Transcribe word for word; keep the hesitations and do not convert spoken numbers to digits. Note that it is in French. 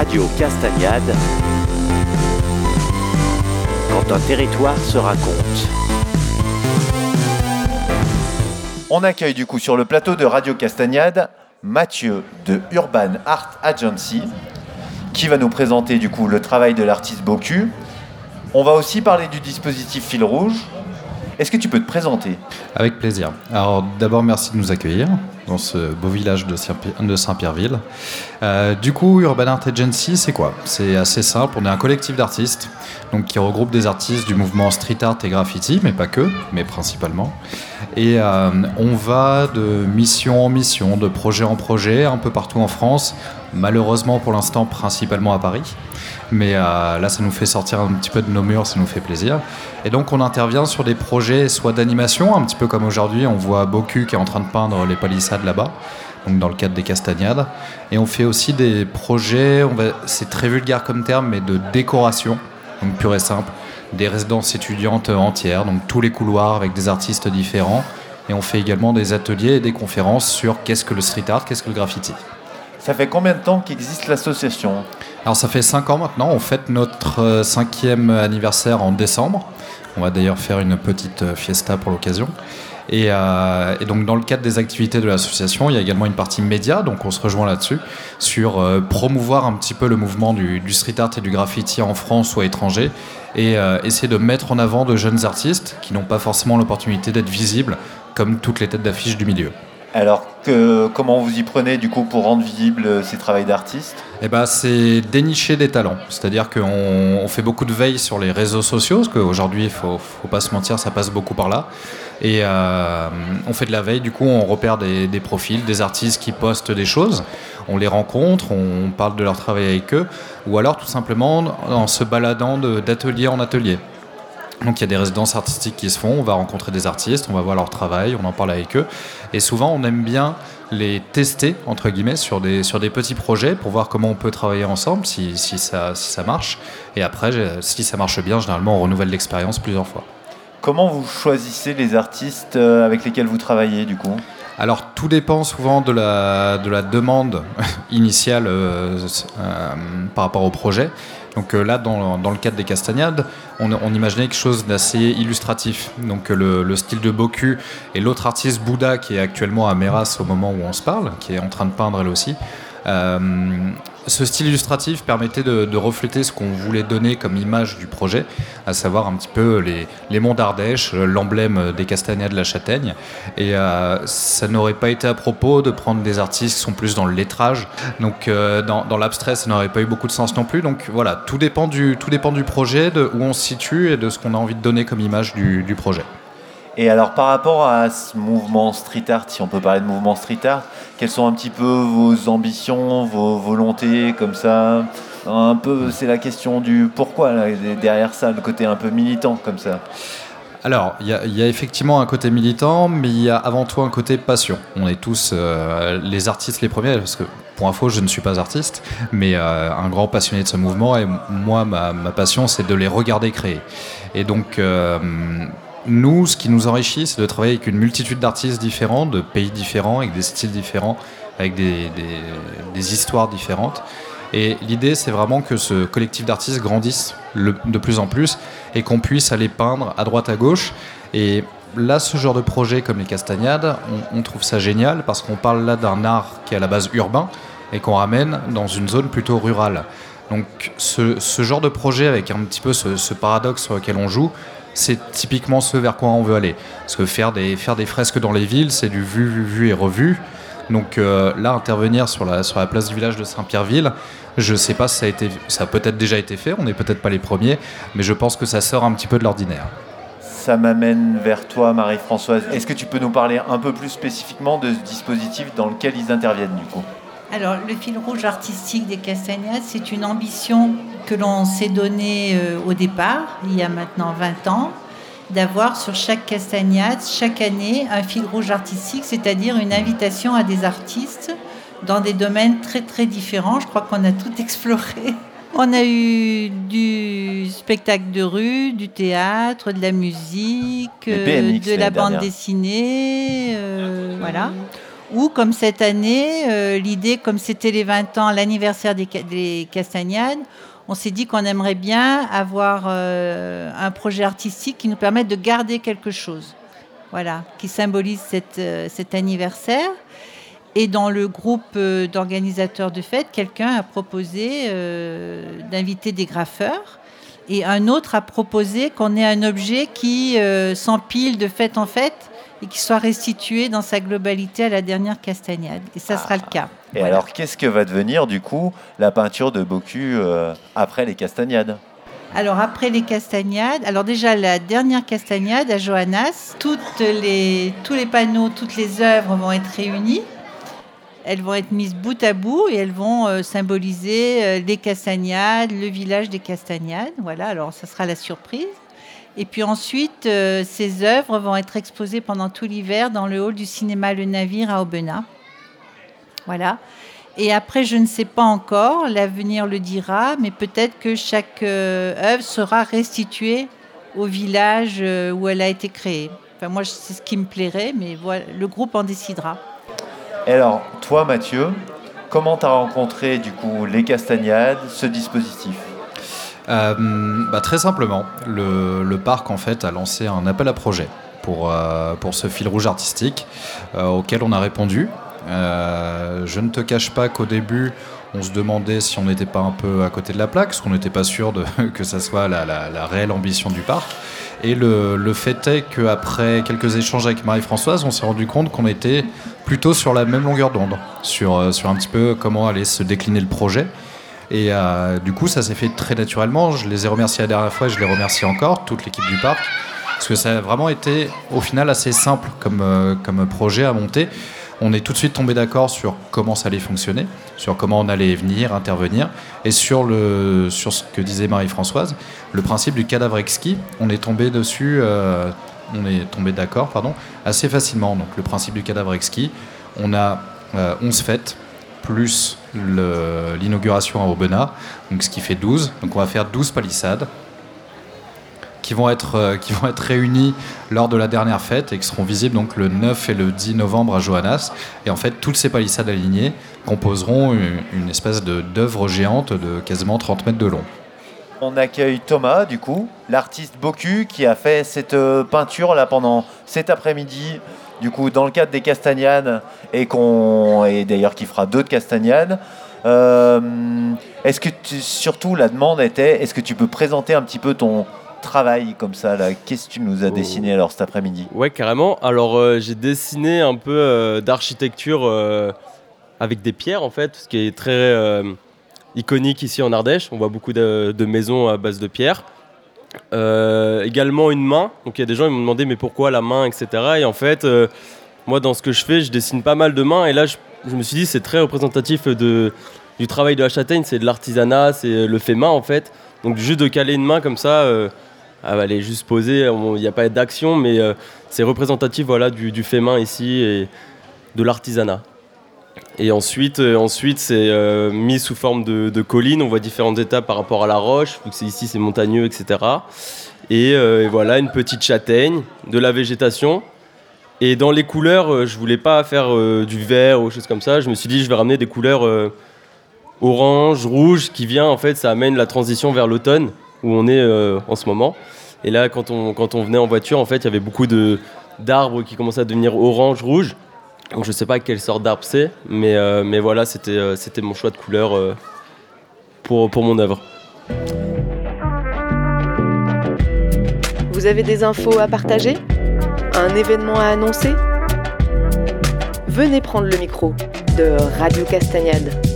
Radio Castagnade, quand un territoire se raconte. On accueille du coup sur le plateau de Radio Castagnade Mathieu de Urban Art Agency qui va nous présenter du coup le travail de l'artiste Boku. On va aussi parler du dispositif Fil Rouge. Est-ce que tu peux te présenter ? Avec plaisir. Alors d'abord merci de nous accueillir dans ce beau village de Saint-Pierreville. Euh, du coup, Urban Art Agency, c'est quoi ? C'est assez simple, on est un collectif d'artistes donc, qui regroupe des artistes du mouvement street art et graffiti, mais pas que, mais principalement. Et euh, on va de mission en mission, de projet en projet, un peu partout en France, malheureusement pour l'instant principalement à Paris. Mais euh, là, ça nous fait sortir un petit peu de nos murs, ça nous fait plaisir. Et donc, on intervient sur des projets soit d'animation, un petit peu comme aujourd'hui, on voit Boku qui est en train de peindre les palissades là-bas, donc dans le cadre des Castagnades. Et on fait aussi des projets, on va, c'est très vulgaire comme terme, mais de décoration, donc pur et simple, des résidences étudiantes entières, donc tous les couloirs avec des artistes différents. Et on fait également des ateliers et des conférences sur qu'est-ce que le street art, qu'est-ce que le graffiti. Ça fait combien de temps qu'existe l'association ? Alors ça fait cinq ans maintenant, on fête notre cinquième anniversaire en décembre. On va d'ailleurs faire une petite fiesta pour l'occasion. Et, euh, et donc dans le cadre des activités de l'association, il y a également une partie média, donc on se rejoint là-dessus, sur euh, promouvoir un petit peu le mouvement du, du street art et du graffiti en France ou à l'étranger, et euh, essayer de mettre en avant de jeunes artistes qui n'ont pas forcément l'opportunité d'être visibles, comme toutes les têtes d'affiche du milieu. Alors, que, comment vous y prenez du coup pour rendre visibles ces travaux d'artistes ? Eh ben, c'est dénicher des talents. C'est-à-dire qu'on on fait beaucoup de veille sur les réseaux sociaux, parce qu'aujourd'hui, il ne faut, faut pas se mentir, ça passe beaucoup par là. Et euh, on fait de la veille, du coup, on repère des, des profils, des artistes qui postent des choses. On les rencontre, on parle de leur travail avec eux, ou alors tout simplement en se baladant de, d'atelier en atelier. Donc il y a des résidences artistiques qui se font, on va rencontrer des artistes, on va voir leur travail, on en parle avec eux. Et souvent, on aime bien les tester, entre guillemets, sur des, sur des petits projets pour voir comment on peut travailler ensemble, si, si, ça, si ça marche. Et après, si ça marche bien, généralement, on renouvelle l'expérience plusieurs fois. Comment vous choisissez les artistes avec lesquels vous travaillez, du coup ? Alors, tout dépend souvent de la, de la demande initiale euh, euh, par rapport au projet. Donc euh, là, dans, dans le cadre des Castagnades, on, on imaginait quelque chose d'assez illustratif. Donc euh, le, le style de Boku et l'autre artiste Bouddha, qui est actuellement à Méras au moment où on se parle, qui est en train de peindre elle aussi. Euh, ce style illustratif permettait de, de refléter ce qu'on voulait donner comme image du projet, à savoir un petit peu les, les monts d'Ardèche, l'emblème des Castagnades de la Châtaigne. Et euh, ça n'aurait pas été à propos de prendre des artistes qui sont plus dans le lettrage. Donc euh, dans, dans l'abstrait, ça n'aurait pas eu beaucoup de sens non plus. Donc voilà, tout dépend du, tout dépend du projet, de où on se situe et de ce qu'on a envie de donner comme image du, du projet. Et alors par rapport à ce mouvement street art, si on peut parler de mouvement street art, quelles sont un petit peu vos ambitions, vos volontés comme ça ? Un peu, c'est la question du pourquoi là, derrière ça, le côté un peu militant comme ça. Alors, il y, y a effectivement un côté militant, mais il y a avant tout un côté passion. On est tous euh, les artistes les premiers, parce que pour info, je ne suis pas artiste, mais euh, un grand passionné de ce mouvement, et moi, ma, ma passion, c'est de les regarder créer. Et donc... Euh, Nous, ce qui nous enrichit, c'est de travailler avec une multitude d'artistes différents, de pays différents, avec des styles différents, avec des, des, des histoires différentes. Et l'idée, c'est vraiment que ce collectif d'artistes grandisse le, de plus en plus et qu'on puisse aller peindre à droite à gauche. Et là, ce genre de projet comme les Castagnades, on, on trouve ça génial parce qu'on parle là d'un art qui est à la base urbain et qu'on ramène dans une zone plutôt rurale. Donc ce, ce genre de projet avec un petit peu ce, ce paradoxe sur lequel on joue, c'est typiquement ce vers quoi on veut aller. Parce que faire des, faire des fresques dans les villes, c'est du vu, vu, vu et revu. Donc euh, là, intervenir sur la, sur la place du village de Saint-Pierreville, je ne sais pas si ça a, été, ça a peut-être déjà été fait, on n'est peut-être pas les premiers, mais je pense que ça sort un petit peu de l'ordinaire. Ça m'amène vers toi, Marie-Françoise. Est-ce que tu peux nous parler un peu plus spécifiquement de ce dispositif dans lequel ils interviennent du coup ? Alors, le fil rouge artistique des Castagnades, c'est une ambition que l'on s'est donnée euh, au départ, il y a maintenant vingt ans, d'avoir sur chaque Castagnade, chaque année, un fil rouge artistique, c'est-à-dire une invitation à des artistes dans des domaines très très différents. Je crois qu'on a tout exploré. On a eu du spectacle de rue, du théâtre, de la musique, euh, de la bande dessinée, euh, voilà. Ou comme cette année, euh, l'idée, comme c'était les vingt ans, l'anniversaire des, des Castagnades, on s'est dit qu'on aimerait bien avoir euh, un projet artistique qui nous permette de garder quelque chose, voilà, qui symbolise cette, euh, cet anniversaire. Et dans le groupe euh, d'organisateurs de fêtes, quelqu'un a proposé euh, d'inviter des graffeurs. Et un autre a proposé qu'on ait un objet qui euh, s'empile de fête en fête et qui soit restitué dans sa globalité à la dernière Castagnade. Et ça ah. sera le cas. Et voilà. Alors, qu'est-ce que va devenir, du coup, la peinture de Bocu euh, après les Castagnades ? Alors, après les Castagnades, alors déjà, la dernière Castagnade à Johannas, toutes les, tous les panneaux, toutes les œuvres vont être réunies. Elles vont être mises bout à bout et elles vont euh, symboliser euh, les Castagnades, le village des Castagnades. Voilà, alors ça sera la surprise. Et puis ensuite, euh, ces œuvres vont être exposées pendant tout l'hiver dans le hall du cinéma Le Navire à Aubenas. Voilà. Et après, je ne sais pas encore, l'avenir le dira, mais peut-être que chaque euh, œuvre sera restituée au village euh, où elle a été créée. Enfin, moi, c'est ce qui me plairait, mais voilà, le groupe en décidera. Et alors, toi, Mathieu, comment tu as rencontré du coup les Castagnades, ce dispositif ? Euh, bah, très simplement, le, le parc en fait a lancé un appel à projet pour, euh, pour ce fil rouge artistique euh, auquel on a répondu. Euh, je ne te cache pas qu'au début, on se demandait si on n'était pas un peu à côté de la plaque, parce qu'on n'était pas sûr de, que ça soit la, la, la réelle ambition du parc. Et le, le fait est qu'après quelques échanges avec Marie-Françoise, on s'est rendu compte qu'on était plutôt sur la même longueur d'onde, sur, sur un petit peu comment allait se décliner le projet. Et euh, du coup, ça s'est fait très naturellement. Je les ai remerciés la dernière fois et je les remercie encore, toute l'équipe du parc, parce que ça a vraiment été, au final, assez simple comme, euh, comme projet à monter. On est tout de suite tombé d'accord sur comment ça allait fonctionner, sur comment on allait venir, intervenir, et sur, le, sur ce que disait Marie-Françoise, le principe du cadavre exquis. On est tombé dessus, euh, on est tombé d'accord, pardon, assez facilement. Donc le principe du cadavre exquis, on a euh, onze fêtes, plus le, l'inauguration à Aubenas, donc ce qui fait douze. Donc on va faire douze palissades qui vont être, euh, qui vont être réunies lors de la dernière fête et qui seront visibles donc le neuf et le dix novembre à Johannas. Et en fait, toutes ces palissades alignées composeront une, une espèce de, d'œuvre géante de quasiment trente mètres de long. On accueille Thomas, du coup, l'artiste Bocu, qui a fait cette euh, peinture là pendant cet après-midi, du coup, dans le cadre des Castagnades, et, qu'on, et d'ailleurs qui fera d'autres Castagnades. Euh, est-ce que tu, surtout la demande était, est-ce que tu peux présenter un petit peu ton travail comme ça là ? Qu'est-ce que tu nous as dessiné alors cet après-midi ? Ouais, carrément. Alors euh, j'ai dessiné un peu euh, d'architecture euh, avec des pierres en fait, ce qui est très euh, iconique ici en Ardèche. On voit beaucoup de, de maisons à base de pierres. Euh, également une main. Donc il y a des gens qui m'ont demandé mais pourquoi la main, et cetera. Et en fait, euh, moi dans ce que je fais, je dessine pas mal de mains. Et là, je, je me suis dit c'est très représentatif de, du travail de la châtaigne, c'est de l'artisanat, c'est le fait main en fait. Donc juste de caler une main comme ça. Euh, Elle est juste posée, il n'y a pas d'action, mais euh, c'est représentatif voilà, du, du fait main ici et de l'artisanat. Et ensuite, euh, ensuite c'est euh, mis sous forme de, de colline. On voit différentes étapes par rapport à la roche, vu que c'est ici c'est montagneux, et cetera. Et, euh, et voilà, une petite châtaigne, de la végétation. Et dans les couleurs, euh, je ne voulais pas faire euh, du vert ou des choses comme ça. Je me suis dit, je vais ramener des couleurs euh, orange, rouge, qui vient, en fait, ça amène la transition vers l'automne, où on est euh, en ce moment. Et là, quand on, quand on venait en voiture, en fait, il y avait beaucoup de, d'arbres qui commençaient à devenir orange, rouge. Donc, je ne sais pas quelle sorte d'arbre c'est, mais, euh, mais voilà, c'était, euh, c'était mon choix de couleur euh, pour, pour mon œuvre. Vous avez des infos à partager ? Un événement à annoncer ? Venez prendre le micro de Radio Castagnade.